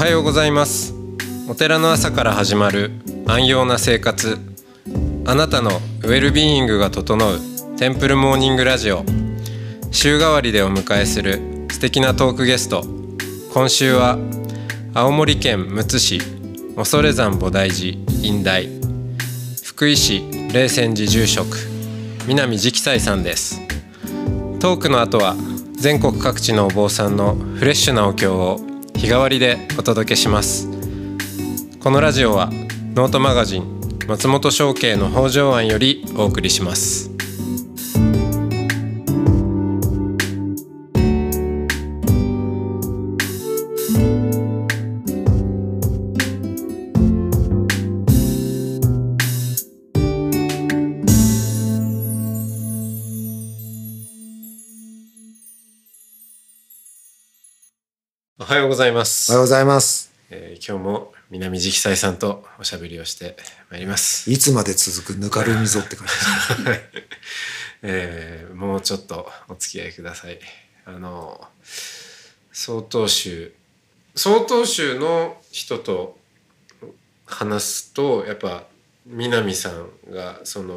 おはようございます。お寺の朝から始まる安養な生活、あなたのウェルビーイングが整うテンプルモーニングラジオ。週替わりでお迎えする素敵なトークゲスト。今週は青森県むつ市恐山菩提寺院大福井市霊泉寺住職南直斎さんです。トークの後は全国各地のお坊さんのフレッシュなお経を日替わりでお届けします。このラジオはノートマガジン松本商家の北条庵よりお送りします。おはようございます。 おはようございます。 今日も南直斎さんとおしゃべりをしてまいります。 いつまで続くぬかるみぞって感じです、もうちょっとお付き合いください。曹洞宗の人と話すとやっぱ南さんが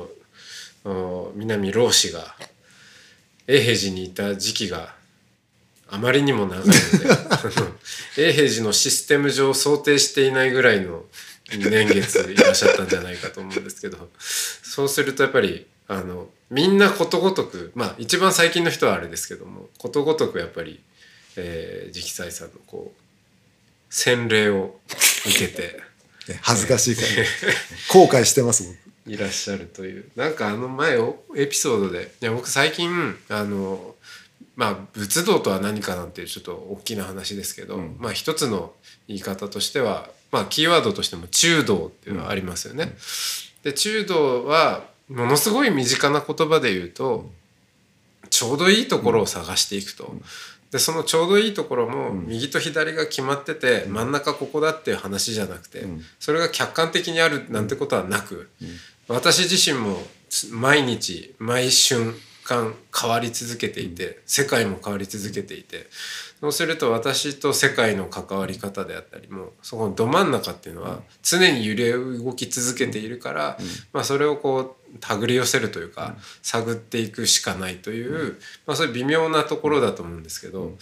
南老師が永平寺にいた時期があまりにも長いので永平寺のシステム上想定していないぐらいの年月いらっしゃったんじゃないかと思うんですけど、そうするとやっぱりみんなことごとく、一番最近の人はあれですけども、ことごとくやっぱり、直斎さんの洗礼を受けて恥ずかしいから後悔してます僕。 いらっしゃるという、なんか前エピソードで、いや僕最近仏道とは何かなんていうちょっと大きな話ですけど、一つの言い方としては、キーワードとしても中道っていうのはありますよね。で中道はものすごい身近な言葉で言うと、ちょうどいいところを探していくと。でそのちょうどいいところも右と左が決まってて、真ん中ここだっていう話じゃなくて、それが客観的にあるなんてことはなく、私自身も毎日毎瞬間変わり続けていて、世界も変わり続けていて、そうすると私と世界の関わり方であったりも、そこのど真ん中っていうのは常に揺れ動き続けているから、それを手繰り寄せるというか探っていくしかないという、そういう微妙なところだと思うんですけど、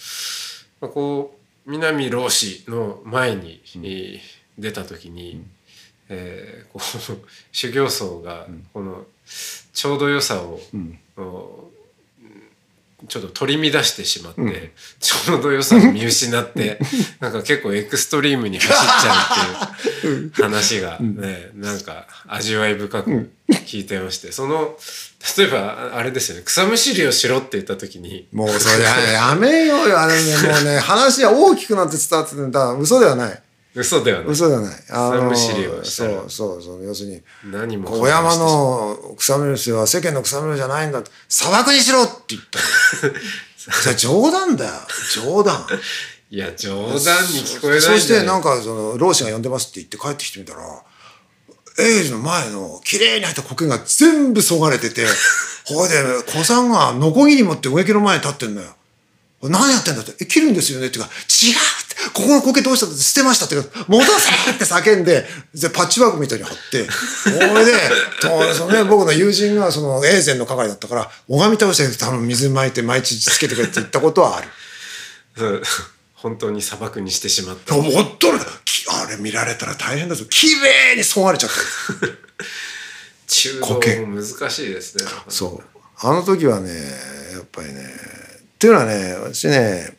南老師の前に出た時に、修行僧がこのちょうど良さをちょっと取り乱してしまって、ちょうど良さを見失ってなんか結構エクストリームに走っちゃうっていう話がね、なんか味わい深く聞いてまして、例えばあれですよね、草むしりをしろって言った時にもうそれやめようよ。もうね話は大きくなって伝わってるんだ。嘘ではない。 嘘ではない。草むしりをしたら、 そう要するに何も小山の草むしりは世間の草むしりじゃないんだって、砂漠にしろって言ったそれ冗談だよ、冗談。 いや冗談に聞こえない。 そしてなんか老師が呼んでますって言って帰ってきてみたら、永寺の前のきれいに入った苔が全部そがれててほいで子さんがノコギリ持って植木の前に立ってんのよ。何やってんだって、切るんですよねって言うから、違うって、ここの苔どうしたって捨てましたって戻せって叫んで、パッチワークみたいに貼って、それで僕の友人が永禅の係だったから、拝み倒して水撒いて毎日つけてくれって言ったことはある。 本当に砂漠にしてしまった。 もっとあれ見られたら大変だぞ。綺麗にそがれちゃった。 中道も難しいですね。 そう。あの時はね、やっぱりね、っていうのはね、私ね、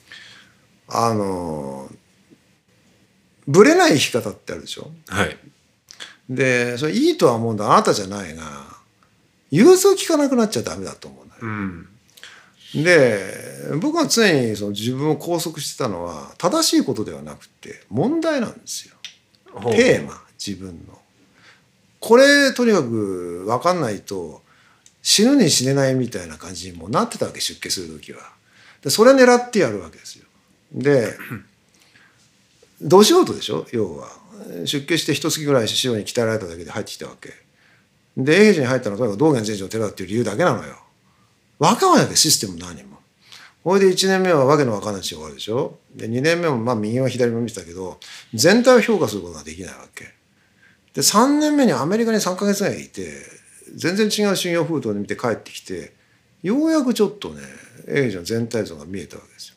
ぶれない生き方ってあるでしょ。 はい。 で、それいいとは思うんだ。あなたじゃないが、融通きかなくなっちゃダメだと思うんだよ。で、僕は常に自分を拘束してたのは正しいことではなくて問題なんですよ。テーマ、自分の。これとにかく分かんないと死ぬに死ねないみたいな感じにもなってたわけ、出家する時は。でそれ狙ってやるわけですよ。でど素人でしょ、要は。出家して一月ぐらい師匠に鍛えられただけで入ってきたわけで、永平寺に入ったのはとにかく道元禅師の寺だっていう理由だけなのよ。分かんないわけ、システム何も。 ほいで1年目はわけのわかんない治療があるでしょ。で2年目もまあ右も左も見てたけど全体を評価することができないわけで、3年目にアメリカに3ヶ月ぐらいいて全然違う修行風土で見て帰ってきて、ようやくちょっとね英治の全体像が見えたわけですよ。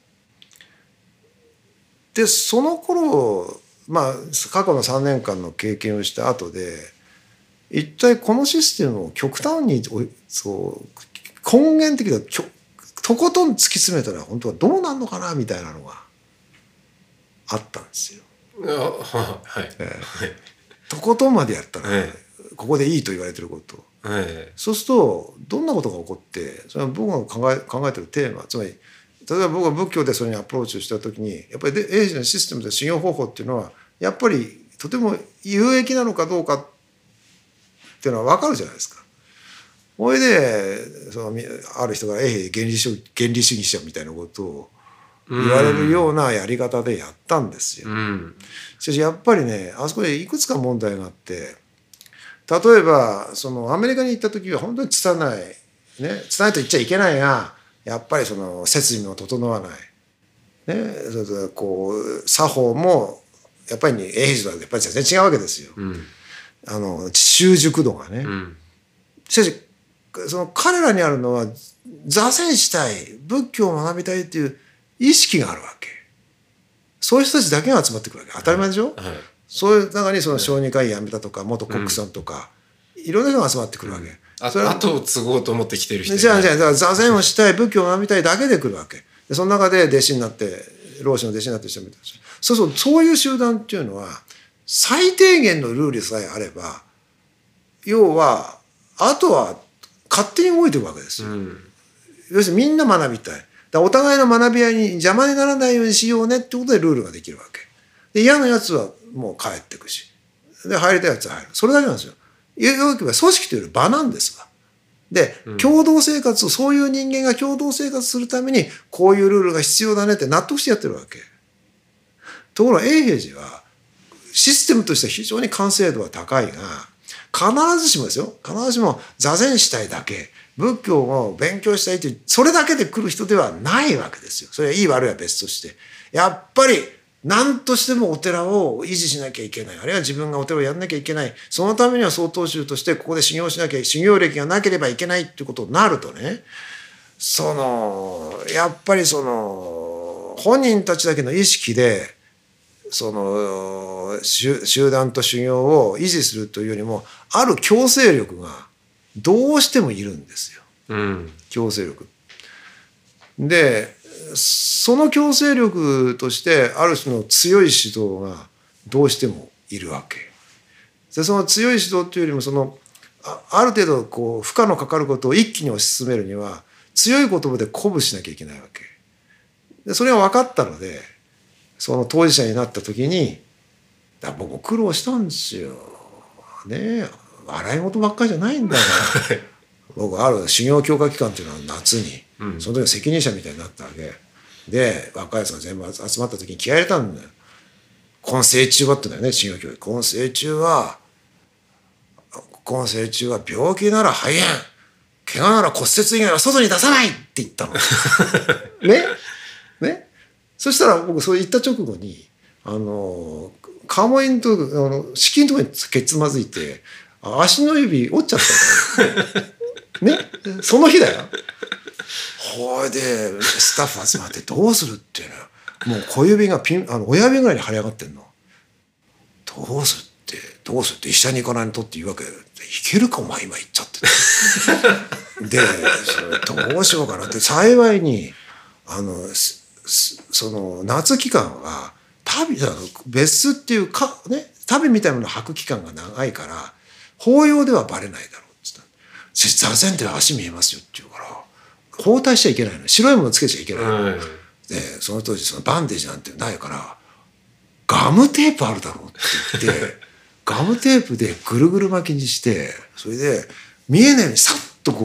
でその頃まあ過去の3年間の経験をした後で、一体このシステムを極端にそう根源的なとことん突き詰めたら本当はどうなんのかなみたいなのがあったんですよ。 はいとことんまでやったら、ここでいいと言われてること、そうするとどんなことが起こって、それは僕が考えてるテーマ、つまり例えば僕が仏教でそれにアプローチをした時に、やっぱり英治のシステムで修行方法っていうのはやっぱりとても有益なのかどうかっていうのは分かるじゃないですか。それである人が原理主義者みたいなことを言われるようなやり方でやったんですよ。しかしやっぱりね、あそこでいくつか問題があって、例えばそのアメリカに行った時は本当に拙い、ね、拙いと言っちゃいけないが、やっぱりその設備も整わない、ね、それとこう作法もやっぱり英治とはやっぱり全然違うわけですよ。習熟度がね。しかしその彼らにあるのは座禅したい、仏教を学びたいっていう意識があるわけ。そういう人たちだけが集まってくるわけ。当たり前でしょ。そういう中にその小児科医辞めたとか元コックさんとか、いろんな人が集まってくるわけ。 後を継ごうと思ってきてる人じゃあだから座禅をしたい、仏教を学びたいだけで来るわけで、その中で弟子になって老子の弟子になってる人もいたし、そういう集団っていうのは最低限のルールさえあれば、要はあとは勝手に動いていくわけですよ。要するにみんな学びたい。だからお互いの学び合いに邪魔にならないようにしようねってことでルールができるわけで、嫌なやつはもう帰っていくし、で入りたいやつは入る。それだけなんですよ。よく言えば組織というより場なんですわ。で、共同生活を、そういう人間が共同生活するためにこういうルールが必要だねって納得してやってるわけ。ところが永平寺はシステムとしては非常に完成度は高いが、必ずしもですよ、必ずしも座禅したいだけ、仏教を勉強したいというそれだけで来る人ではないわけですよ。それはいい悪いは別として、やっぱり何としてもお寺を維持しなきゃいけない、あるいは自分がお寺をやんなきゃいけない、そのためには曹洞宗としてここで修行しなきゃ、修行歴がなければいけないっていうことになるとね、やっぱり本人たちだけの意識で集団と修行を維持するというよりも、ある強制力がどうしてもいるんですよ。強制力で、その強制力としてある種の強い指導がどうしてもいるわけで、その強い指導というよりもある程度負荷のかかることを一気に推し進めるには強い言葉で鼓舞しなきゃいけないわけで、それが分かったので、その当事者になった時に、僕も苦労したんですよ。ねえ、笑い事ばっかりじゃないんだよ。僕ある修行強化期間っていうのは夏に、その時の責任者みたいになったわけで、若いやつが全部集まった時に気合い入れたんだよ。今世中はってんだよね、修行教育。今世中は病気なら肺炎、怪我なら骨折以外は外に出さないって言ったの。ね。そしたら僕それ言った直後にカモインと子宮のところにけつまずいて足の指折っちゃったんだよ。ね、その日だよ。ほいでスタッフ集まってどうするっていうの、もう小指が親指ぐらいに腫れ上がってんの。どうするって医者に行かないとって言うわけ。いけるかお前今言っちゃってでどうしようかなって、幸いにその夏期間は別っていう旅みたいなのを履く期間が長いから法要ではバレないだろうって言ったら、座禅で足見えますよって言うから、包帯しちゃいけないの、白いものつけちゃいけないの、でその当時バンデージなんてないからガムテープあるだろうって言ってガムテープでぐるぐる巻きにして、それで見えないようにさっと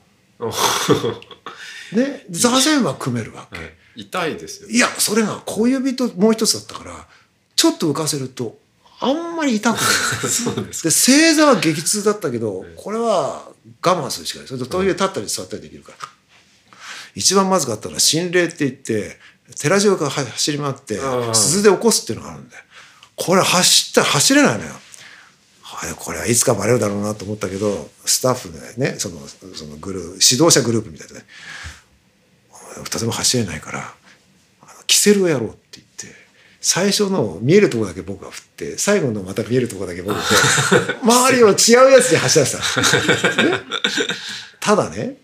ね、座禅は組めるわけ。 痛いですよ。 いや、それが小指ともう一つだったからちょっと浮かせるとあんまり痛くない。 そうです。 で正座は激痛だったけど、これは我慢するしかない。それとトイレ立ったり座ったりできるから、 一番まずかったのは心霊って言って寺中が走り回って鈴で起こすっていうのがあるんだよ。これ走ったら走れないのよ。これはいつかバレるだろうなと思ったけど、スタッフでね、そのグループ、指導者グループみたいなね、とても走れないからキセルをやろうって言って、最初の見えるところだけ僕が振って最後のまた見えるところだけ僕が振って周りを違うやつで走らせた、ね、ただね、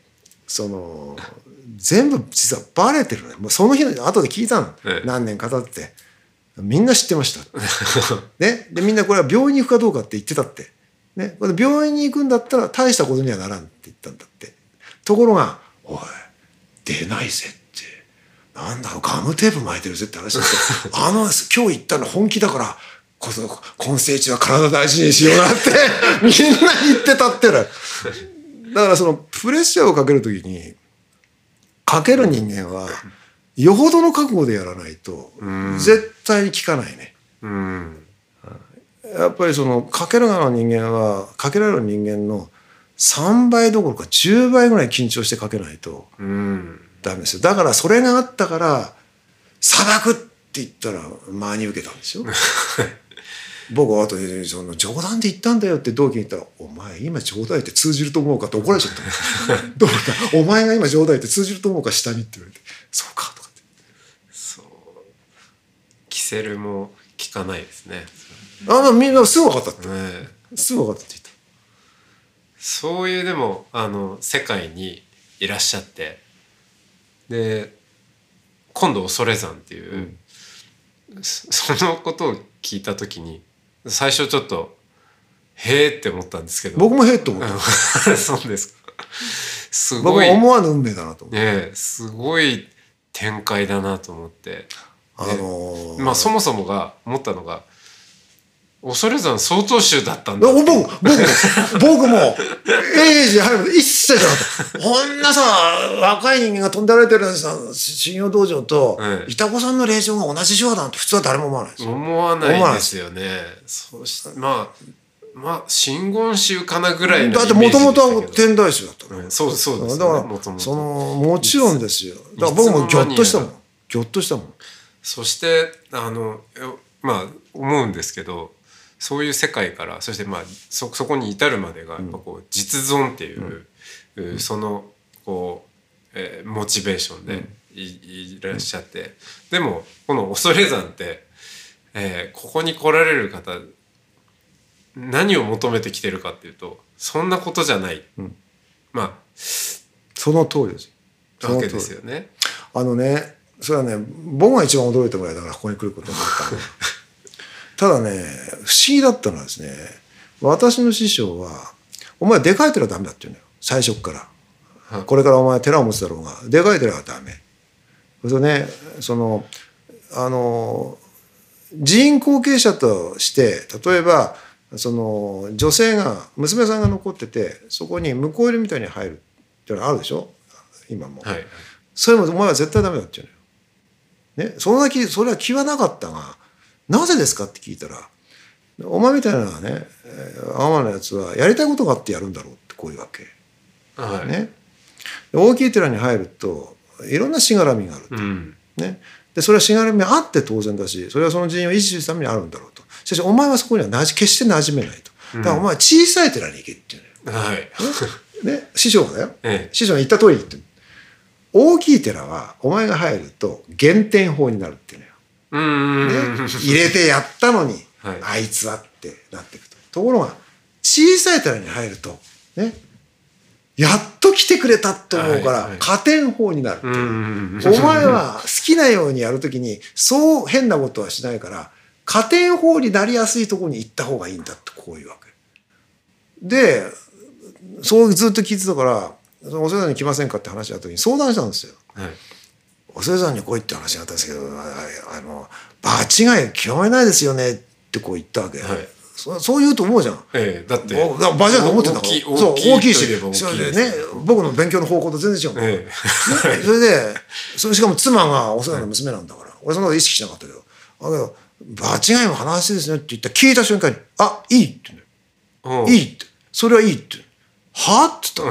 全部実はバレてるね。もうその日の後で聞いたの、何年か経ってみんな知ってました、ね、でみんなこれは病院に行くかどうかって言ってたって、ね、これ病院に行くんだったら大したことにはならんって言ったんだって。ところが「おい出ないぜ」って「なんだろうガムテープ巻いてるぜ」って話して今日言ったの本気だから今世中は体大事にしようなってみんな言ってたってる。だからプレッシャーをかける時にかける人間はよほどの覚悟でやらないと絶対に効かないね。やっぱりかける側の人間はかけられる人間の3倍どころか10倍ぐらい緊張してかけないとダメですよ。だからそれがあったから砂漠って言ったら真に受けたんですよ。僕は後で冗談で言ったんだよって同期に言ったら「お前今冗談言って通じると思うか」って怒られちゃったどうか「お前が今冗談言って通じると思うか下に」って言われて「そうか」とかって。 そうキセルも効かないですね。 みんなすぐ分かったって、すぐ分かったって言った。 そういうでも世界にいらっしゃって、で今度恐山っていう、そのことを聞いた時に最初ちょっとへーって思ったんですけど、 僕もへーって思ったそうですか。すごい僕思わぬ運命だなと思って、 すごい展開だなと思って、まあそもそもが思ったのが恐山曹洞宗だったんだって。 僕もエイジ入るまで一切じゃなかった。こんなさ若い人間が飛んでられてるさ信用道場とイタコさんの霊場が同じ手話だなんて普通は誰も思わないですよ。 思わないですよね。そしてまあ真言宗かなぐらいのイメージでしたけど。 だってもともとは天台宗だったの、 そうですね。 だからもちろんですよ。だから僕もギョッとしたもん。 そしてまあ思うんですけど、そういう世界からそしてそこに至るまでがやっぱ実存っていう、そのモチベーションでいらっしゃって、でもこの恐山って、ここに来られる方何を求めてきてるかっていうとそんなことじゃない、 その通りですわけですよね。 それはね僕が一番驚いたぐらいだからここに来ることになったのただね不思議だったのはですね、私の師匠は「お前でかい寺はダメだ」って言うのよ最初から。これからお前寺を持つだろうがでかい寺はダメ。それね寺院後継者として例えば女性が娘さんが残っててそこに婿入りみたいに入るっていうのあるでしょ今も、それもお前は絶対ダメだって言うのよ、ね、それは気はなかったがなぜですかって聞いたらお前みたいなね天のやつはやりたいことがあってやるんだろうってこういうわけ、ね、大きい寺に入るといろんなしがらみがあると、ね、でそれはしがらみあって当然だしそれはその寺院を維持するためにあるんだろうと。しかしお前はそこには決して馴染めないと。だからお前は小さい寺に行けっていうのよ、ね、師匠がだよ、師匠が言った通り言ってる。大きい寺はお前が入ると減点法になるっていうのよ。入れてやったのに、あいつはってなっていくと。ところが小さい寺に入るとねやっと来てくれたと思うから加点法になるっていう。お前は好きなようにやるときにそう変なことはしないから加点法になりやすいところに行った方がいいんだってこういうわけで、そうずっと聞いてたから恐山に来ませんかって話があった時に相談したんですよ。恐山に来いって話があったんですけど場違い極めないですよねってこう言ったわけ、そう言うと思うじゃん、 だって場違いと思ってんだから大きいしね、 僕の勉強の方向と全然違う、それでしかも妻が恐山の娘なんだから、俺そんなこと意識しなかったけど場違いも話ですねって言ったら聞いた瞬間に「あいい」って言うんだよ。いいってそれはいいってはって言った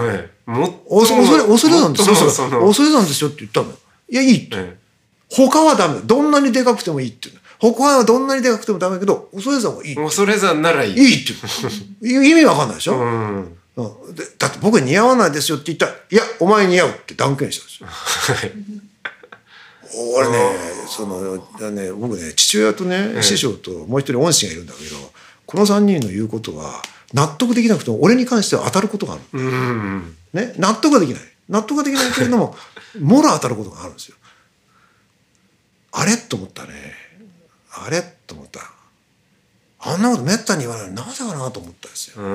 恐山ですよ。恐山ですよって言ったのよ。いや、いいって。他はダメ。どんなにでかくてもいいって言うの。他はどんなにでかくてもダメだけど、恐山はいい。 恐山ならいい。 いいって言う。意味わかんないでしょ。だって僕似合わないですよって言ったら、いや、お前似合うって断言したんですよ。俺ね、僕ね、父親とね、師匠ともう一人恩師がいるんだけど、この3人の言うことは納得できなくても俺に関しては当たることがある。ね、納得ができない。納得ができないけれども、もろ当たることがあるんですよ。あれと思ったね。あれと思った。あんなことめったに言わないのなぜかなと思ったんですよ。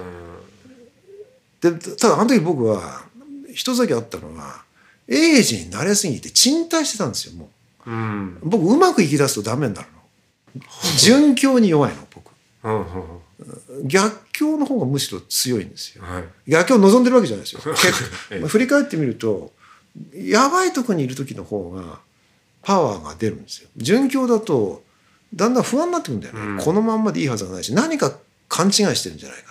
で、ただあの時僕は一つだけあったのは、英治に慣れすぎて沈滞してたんですよ。もう、僕うまくいきだすとダメになるの。順境に弱いの僕。逆境の方がむしろ強いんですよ。逆境を望んでるわけじゃないですよ。振り返ってみるとやばいとこにいる時の方がパワーが出るんですよ。順境だとだんだん不安になってくるんだよね。このまんまでいいはずがないし、何か勘違いしてるんじゃないかって。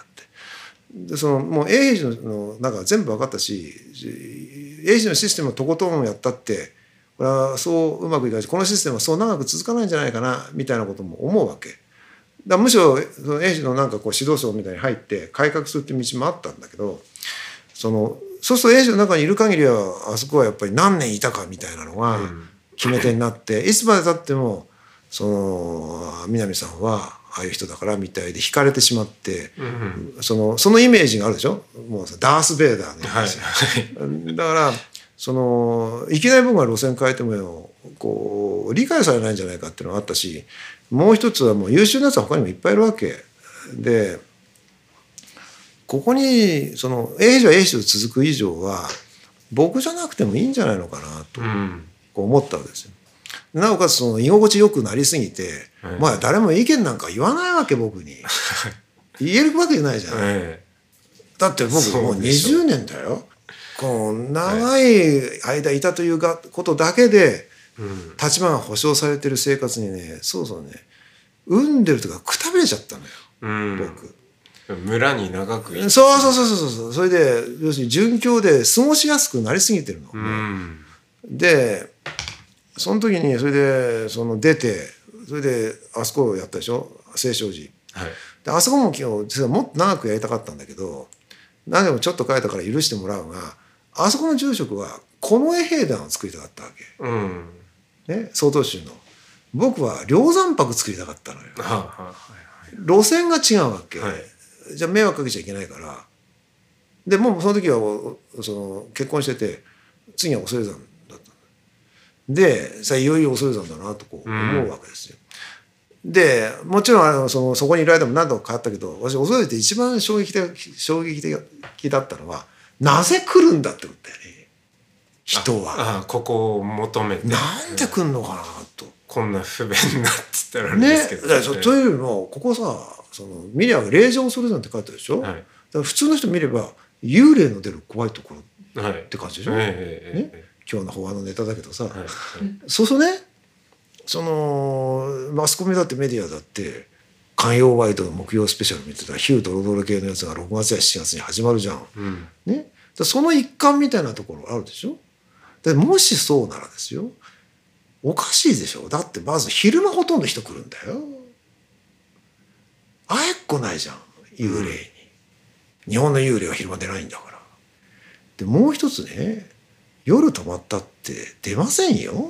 でもう英治のなんか全部分かったし、英治のシステムをとことんやったってこれはそううまくいかないし、このシステムはそう長く続かないんじゃないかなみたいなことも思うわけだ。むしろ英治のなんかこう指導層みたいに入って改革するっていう道もあったんだけど、そうすると英治の中にいる限りはあそこはやっぱり何年いたかみたいなのが決め手になって、いつまでたっても南さんはああいう人だからみたいで惹かれてしまって、そのイメージがあるでしょ。もうダース・ベイダーのイメージ、だからいきなり僕が路線変えてもこう理解されないんじゃないかっていうのがあったし、もう一つはもう優秀なやつは他にもいっぱいいるわけで、ここに英治は英治と続く以上は僕じゃなくてもいいんじゃないのかなとこう思ったわけですよ。なおかつ居心地よくなりすぎて、まあ誰も意見なんか言わないわけ僕に言えるわけじゃないじゃん、だって僕もう20年だよ。この長い間いたということだけで立場が保障されてる生活にね、そうそうね、産んでるとかくたびれちゃったのよ、僕。 村に長くいて、 そうそれで要するに順境で過ごしやすくなりすぎてるの、でその時にそれで出て、それであそこをやったでしょ、青勝寺、であそこも実はもっと長くやりたかったんだけど、何でもちょっと変えたから許してもらうが、あそこの住職は近衛兵団を作りたかったわけ、ね、曹洞宗の。僕は梁山泊作りたかったのよ。路線が違うわけ、じゃあ迷惑かけちゃいけないから。でもうその時は結婚してて、次は恐山だったで、さあいよいよ恐山だなとこう思うわけですよ。でもちろんそこにいる間も何度か変わったけど、私恐山って一番衝撃的だったのは、なぜ来るんだってことだよね、人は。 ここを求めてなんで来んのかなと。 こんな不便なって言ったらあれですけどね。というよりもここさ、見りゃ霊場恐山って書いてあるでしょ、だから普通の人見れば幽霊の出る怖いところって感じでしょ、ね、今日の法話のネタだけどさ、そうそうね、マスコミだってメディアだって寛容ワイドの木曜スペシャル見てたらヒュードロドロ系のやつが6月や7月に始まるじゃん、ね、その一環みたいなところあるでしょ。でもしそうならですよ、おかしいでしょ。だってまず昼間ほとんど人来るんだよ。会えっこないじゃん幽霊に、日本の幽霊は昼間出ないんだから。でもう一つね、夜泊まったって出ませんよ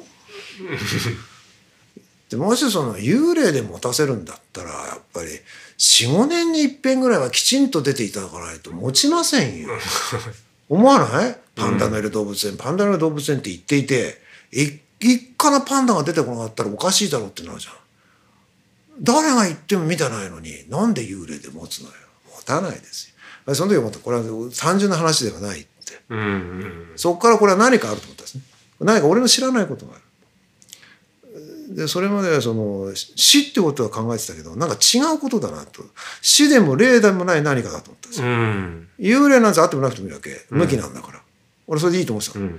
でもし幽霊で持たせるんだったらやっぱり 4,5 年に一遍ぐらいはきちんと出ていただかないと持ちませんよ思わない？パンダのいる動物園、パンダのいる動物園って言っていて、一家のパンダが出てこなかったらおかしいだろうってなるじゃん。誰が言っても見てないのになんで幽霊で持つのよ。持たないですよ。その時思った、これは単純な話ではないって、そこからこれは何かあると思ったんですね。何か俺の知らないことがある。でそれまでは死ってことは考えてたけど、なんか違うことだなと。死でも霊でもない何かだと思ったんですよ、幽霊なんてあってもなくてもいいわけ、無気なんだから、俺それでいいと思ってたの、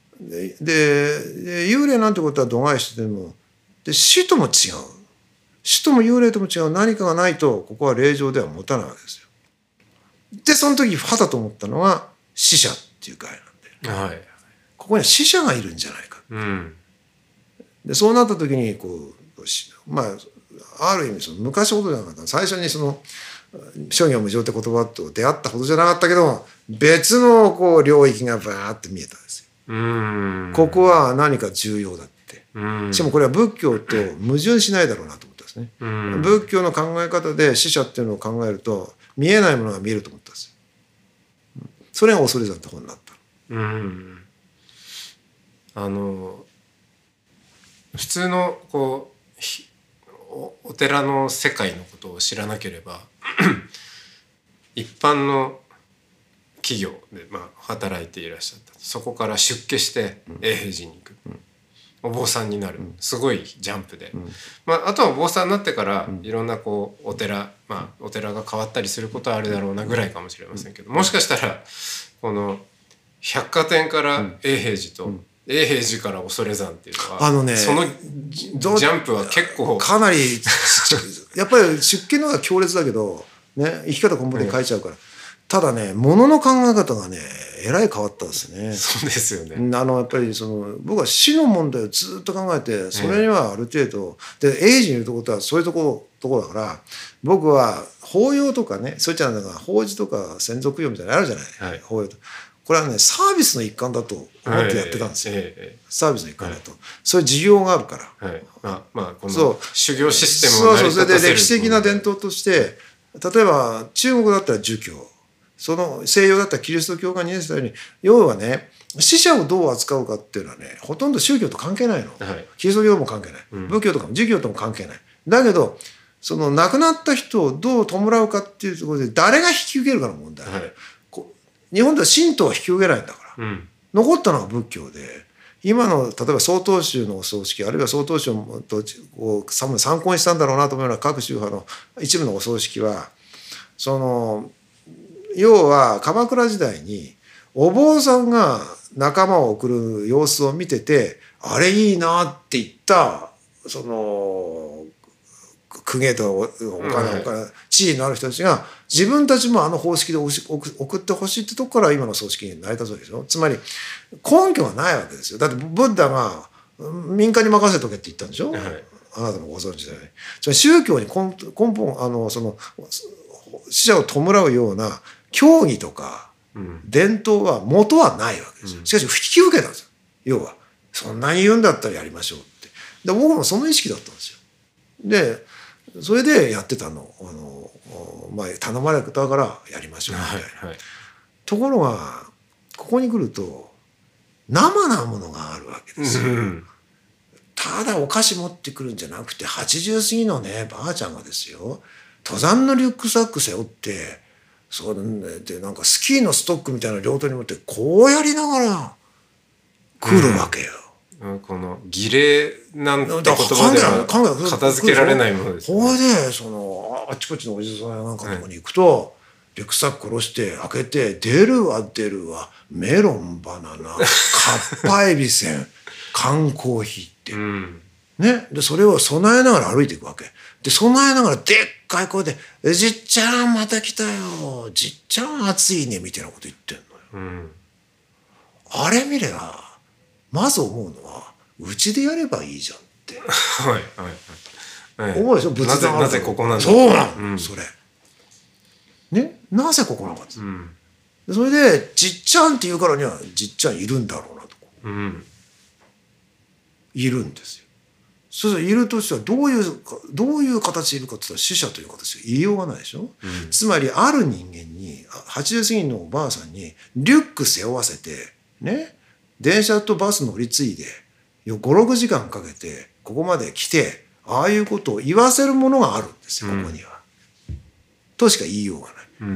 で幽霊なんてことは度外視しても、で死とも違う、死とも幽霊とも違う何かがないとここは霊場では持たないわけですよ。でその時はたと思ったのが死者っていう概念なんで、 はい、 ここには死者がいるんじゃないか、 うん、 でそうなった時にまあある意味その昔ほどじゃなかった、最初にその諸行無常って言葉と出会ったほどじゃなかったけど、別の領域がバーって見えたんですよ。ここは何か重要だって、しかもこれは仏教と矛盾しないだろうなと思ったんですね。仏教の考え方で死者っていうのを考えると見えないものが見えると思ったんですよ。それが恐山って本になった。 普通のお寺の世界のことを知らなければ一般の企業で働いていらっしゃった、そこから出家して永平寺に行く、お坊さんになる、すごいジャンプで、あとはお坊さんになってからいろんなお寺が変わったりすることはあるだろうなぐらいかもしれませんけど、もしかしたらこの百貨店から永平寺と永平寺から恐山っていうのは、そのジャンプは結構かなりやっぱり出家の方が強烈だけどね、生き方根本で変えちゃうから、ただね、物の考え方がねえらい変わったですね。 そうですよね。 やっぱり僕は死の問題をずっと考えて、それにはある程度で永寺にいるところはそういうところだから、僕は法要とかね、そういったのが法事とか先祖供養みたいなのあるじゃない、法要と。これはねサービスの一環だと思ってやってたんですよ、サービスの一環だと、そういう事業があるから、 この修行システムを成り立たせる。 それで歴史的な伝統として、例えば中国だったら儒教、その西洋だったらキリスト教が2年生ように、要はね死者をどう扱うかっていうのはね、ほとんど宗教と関係ないの、キリスト教も関係ない、仏教とかも儒教とも関係ない。だけどその亡くなった人をどう弔うかっていうところで誰が引き受けるかの問題、日本では神道は引き受けないんだから、残ったのは仏教で、今の例えば曹洞宗のお葬式、あるいは曹洞宗と参考にしたんだろうなと思うような各宗派の一部のお葬式は、要は鎌倉時代にお坊さんが仲間を送る様子を見てて、あれいいなって言った公家とお金地位のある人たちが自分たちもあの方式で送ってほしいってとこから今の葬式に成り立つわけでしょ。つまり根拠がないわけですよ。だってブッダが民間に任せとけって言ったんでしょ、あなたもご存知だよね。宗教に根本死者を弔うような教義とか伝統は元はないわけですよ。しかし引き受けたんですよ。要はそんなに言うんだったらやりましょうって。で僕もその意識だったんですよ。でそれでやってたの、頼まれたからやりましょうみたいな、ところがここに来ると生なものがあるわけですよ。ただお菓子持ってくるんじゃなくて、80過ぎのねばあちゃんがですよ、登山のリュックサック背負って、でなんかスキーのストックみたいな両手に持ってこうやりながら来るわけよ。 この儀礼なんて言葉では片付けられないものですね。 これであちこちのおじさんやなんかのとこに行くと、リュックサック下ろして開けて、出るわメロンバナナかっぱえびせん缶コーヒーって、ね、でそれを備えながら歩いていくわけで、備えながらでっかい声で「じっちゃんまた来たよ、じっちゃん暑いね」みたいなこと言ってんのよ。あれ見ればまず思うのは、うちでやればいいじゃんって思うでしょ。仏壇なぜここなんだ。 そうなの、それね、なぜここなのかって、それでじっちゃんって言うからにはじっちゃんいるんだろうなと、いるんですよ。そうするといるとしてはどういう形でいるかって言ったら、死者という形で言いようがないでしょ、つまりある人間に80過ぎのおばあさんにリュック背負わせてね、電車とバス乗り継いで5、6時間かけてここまで来て、ああいうことを言わせるものがあるんですよ、ここには。としか言いようがない。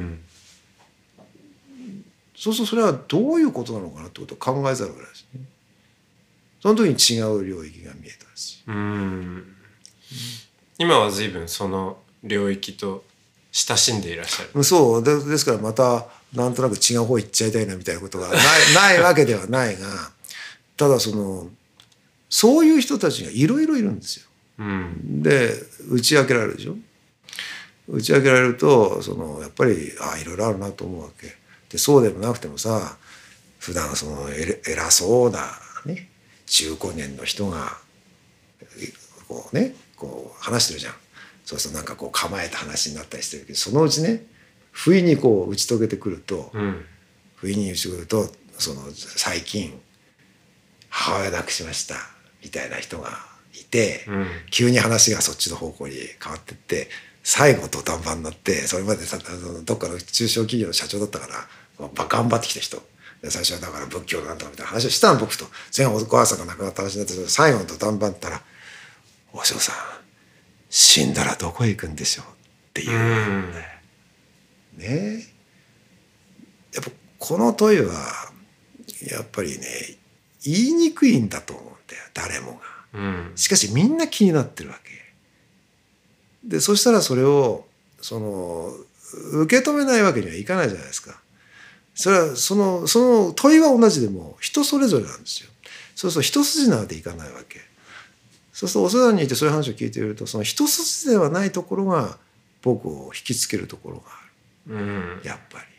そうするとそれはどういうことなのかなってことを考えざるを得ないですね。その時に違う領域が見えたんですよ。 今は随分その領域と親しんでいらっしゃる。 そうですから、またなんとなく違う方行っちゃいたいなみたいなことがないわけではないが、ただそういう人たちがいろいろいるんですよ。で打ち明けられるでしょ。打ち明けられるとやっぱりいろいろあるなと思うわけでそうでもなくてもさ、普段その偉そうなね中高年の人がこうねこう話してるじゃん。そうするとなんかこう構えた話になったりしてるけど、そのうちね不意にこう打ち解けてくると、不意に打ち解けるとその最近母親亡くしましたみたいな人がいて、急に話がそっちの方向に変わってって最後土壇場になって、それまでさどっかの中小企業の社長だったから頑張ってきた人で、最初はだから仏教なんとかみたいな話をしたの僕と。前お母さんが亡くなった話になって、最後の土壇場だったら「和尚さん死んだらどこへ行くんでしょう」って言うんだよね。やっぱこの問いはやっぱりね言いにくいんだと思うんだよ誰もが。しかしみんな気になってるわけで、そしたらそれを受け止めないわけにはいかないじゃないですか。それはその問いは同じでも人それぞれなんですよ。そうすると一筋縄でいかないわけ。そうするとお世話にいてそういう話を聞いていると、その一筋ではないところが僕を引きつけるところがある。やっぱり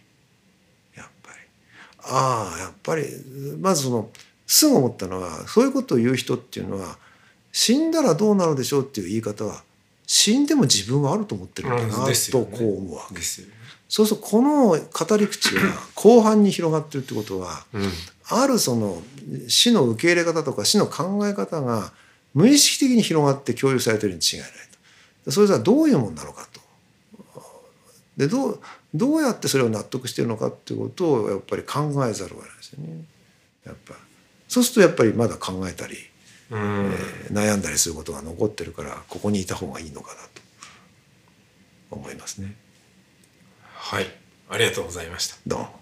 やっぱりまずすぐ思ったのは、そういうことを言う人っていうのは死んだらどうなるでしょうっていう言い方は死んでも自分はあると思ってるんだなとこう思うわけ。そうするとこの語り口は後半に広がってるってことは、あるその死の受け入れ方とか死の考え方が無意識的に広がって共有されてるに違いないと。それじゃどういうものなのかと。でどうやってそれを納得しているのかっていうことをやっぱり考えざるを得ないですよね。やっぱそうするとやっぱりまだ考えたり、悩んだりすることが残ってるから、ここにいた方がいいのかなと思いますね。 はい、ありがとうございました。 どうも。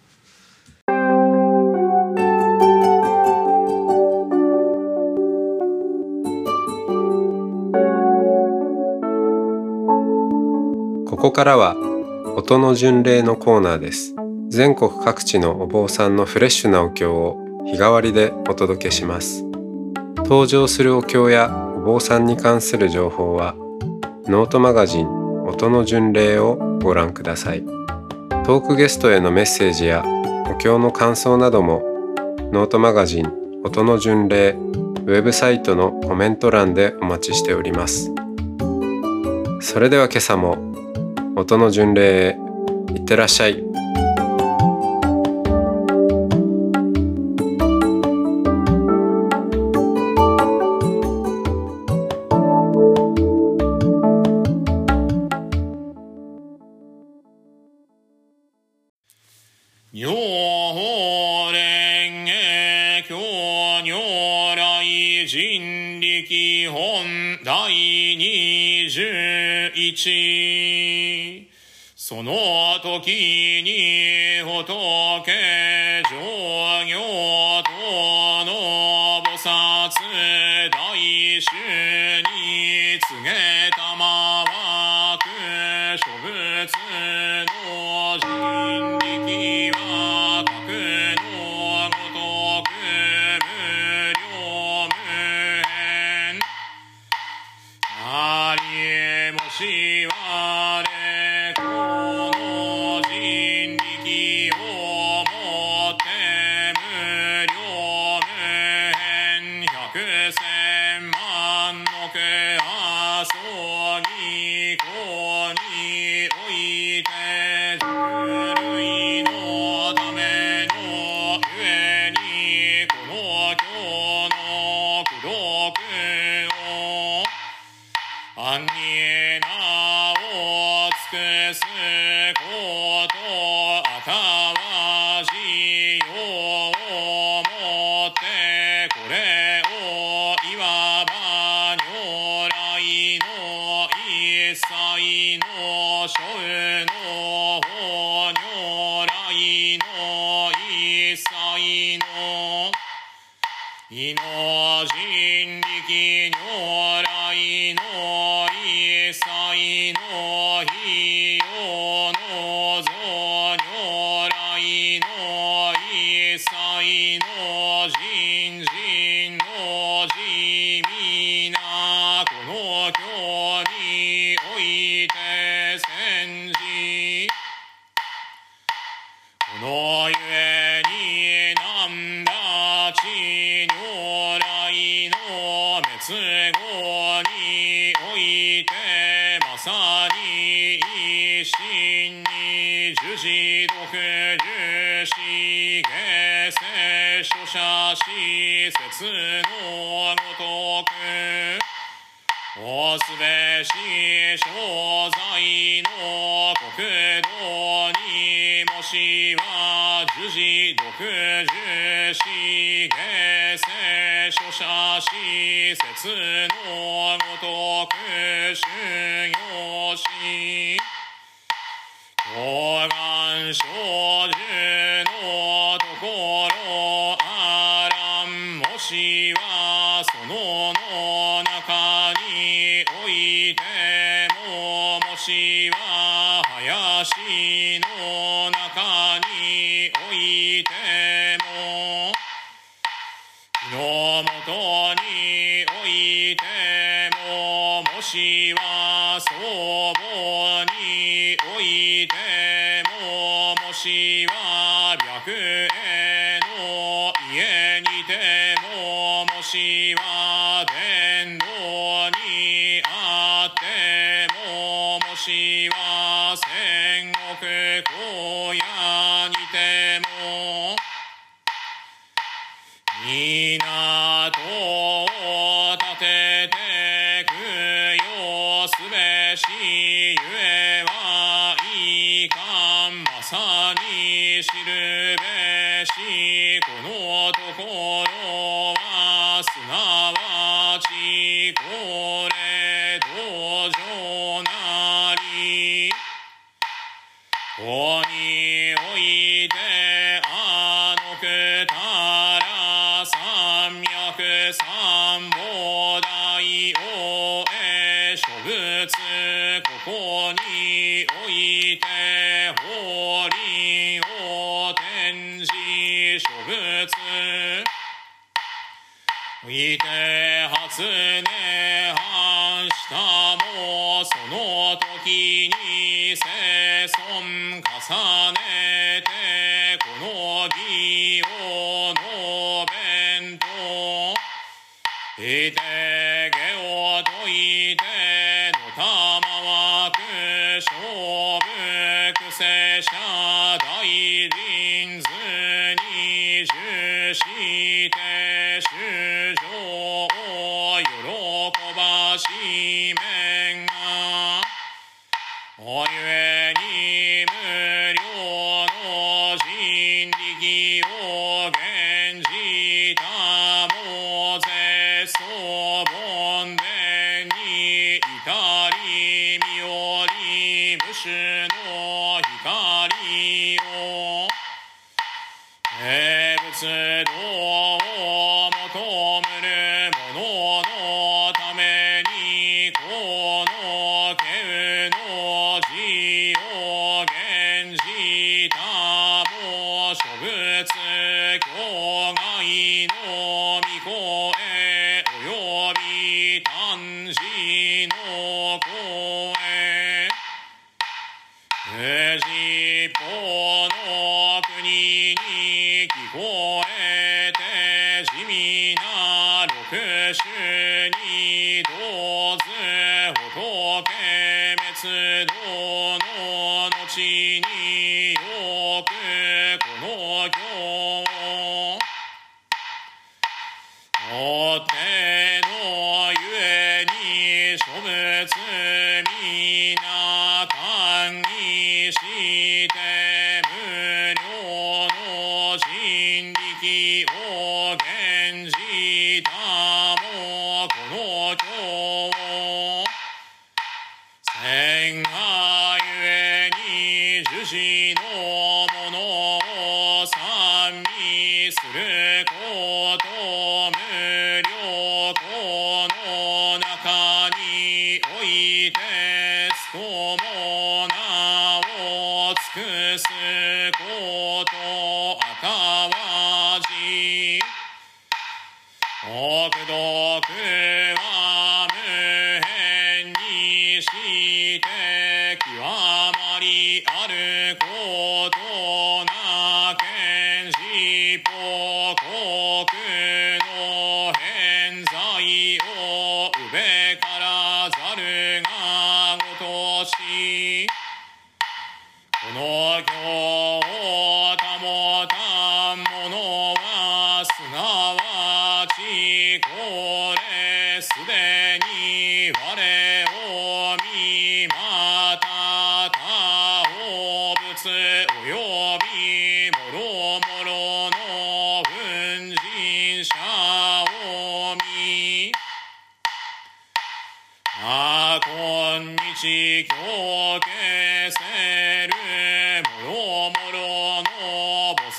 ここからは音の巡礼のコーナーです。全国各地のお坊さんのフレッシュなお経を日替わりでお届けします。登場するお経やお坊さんに関する情報はノートマガジン音の巡礼をご覧ください。トークゲストへのメッセージやお経の感想などもノートマガジン音の巡礼ウェブサイトのコメント欄でお待ちしております。それでは今朝も音の巡礼へいってらっしゃい。 妙蓮華経如来人力本第21。その時に仏上行等の菩薩大衆に告げたまわく諸仏の人力は格のごとく無量無辺ありもしわれこの人力をもって無量無辺百千万の句あそぎこにおいて人類のためのゆえにこの経の功徳を安に名を尽くすことあたわしようもってこれをいわば如来の一切の所有の法如来の一切のいの人力如来の一切の費用の像如来の一切の人人の地味なこの経において宣じここのゆえになんだち如来の滅後においてまさに一心に受持読受し下世書者施設のごとくおすべし所在の国土にもしは受持読受し下世書者施設のごとく修行し当願生寿のところあらんもしはその中においてももしは林の中においても木の元においてももしは僧帽においてももしは白衣の家にてももしは殿堂にあってももしは戦国荒野にても港を建てて供養すべしゆえはいかんまさに知るべしこのところはすなわちこれ道場なりここにおいてあのくたら三脈三菩提を諸仏ここにおいて法輪を展示諸仏おいて初音反したもその時に世尊重ねてこの義を述べんといて下を説いてのたまわく勝負世者大臨図に受して衆生を喜ばしめんがおゆえに無料の人力を現じたも絶相梵天に至り身より無種の光を生物道を求むる者のためにこの稀有の字を現じたも諸仏境外の御声および誕生の声十方の国に聞こえて地味な六種に同ず仏滅度の後によくこの経おってのゆえに諸仏皆歓喜して無料の人力を現じたもこの経千がゆえに受持のものを賛美すること無料この中においてすこも名を尽くすことあかわじ奥読は無辺にして極まりあることな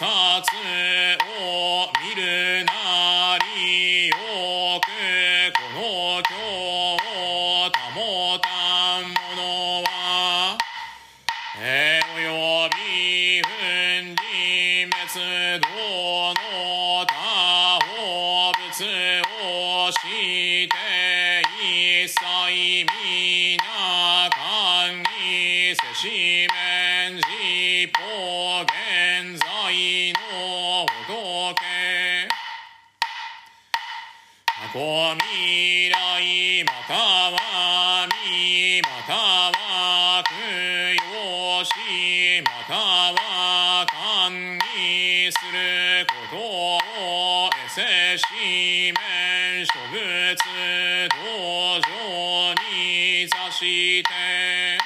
つを見るなりよくこの教を保たん者はおよび粉塵滅道の他法物をして一切皆観にせしめん実法現在の仏過去未来または未または供養しまたは観にすることを得せしめん諸仏道場に座して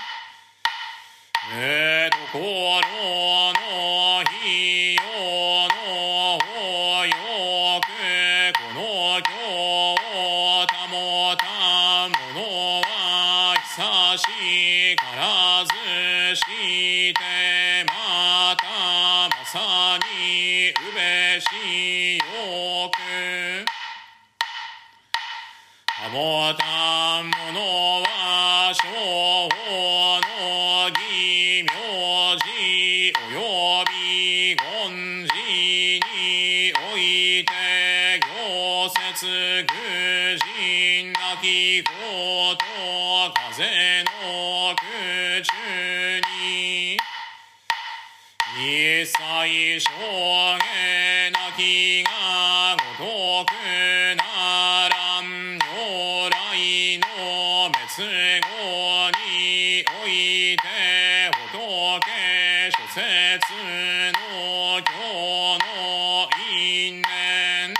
ところの費用の法よくこの教を保た者は久しからずしてまたまさにうべしよく保た者は正法の義名字および言字において行説愚人なきこと風の空中に一切証言なきがごとくならん如来の滅後において仏諸説の教の因縁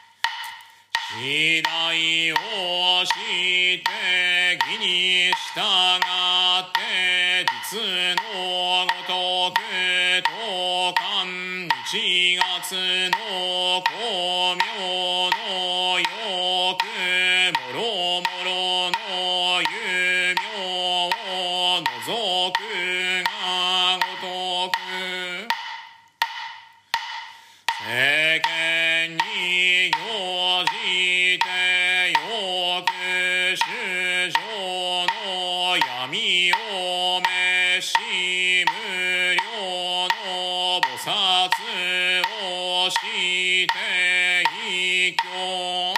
次第をして義に従って実のごとく当観1月の光明のよくもろもろの有名を除くがごとく世間に行じてよく衆生の闇を滅し無量の菩薩をして一挙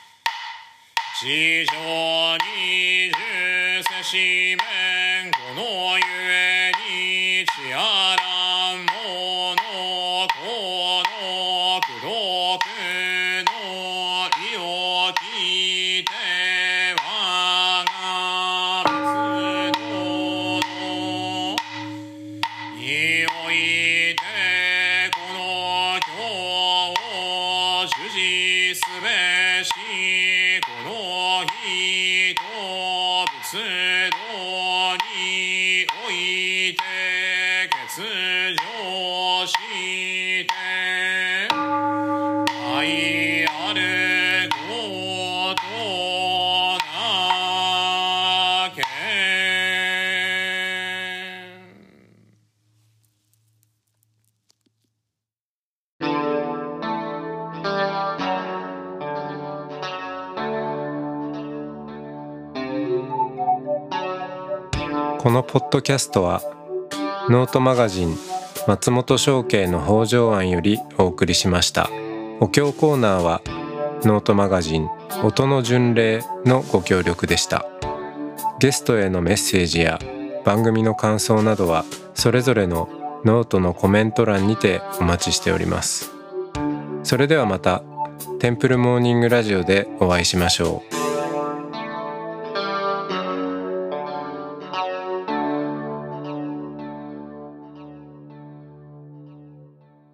地上に十世しめんこのゆえにちあらんものこの苦毒の意を聞いて我が仏道のにおいてこの教を主持すべしこの人仏道において欠如して愛あることなけこのポッドキャストはノートマガジン松本商家の北条庵よりお送りしました。お経コーナーはノートマガジン音の巡礼のご協力でした。ゲストへのメッセージや番組の感想などはそれぞれのノートのコメント欄にてお待ちしております。それではまたテンプルモーニングラジオでお会いしましょう。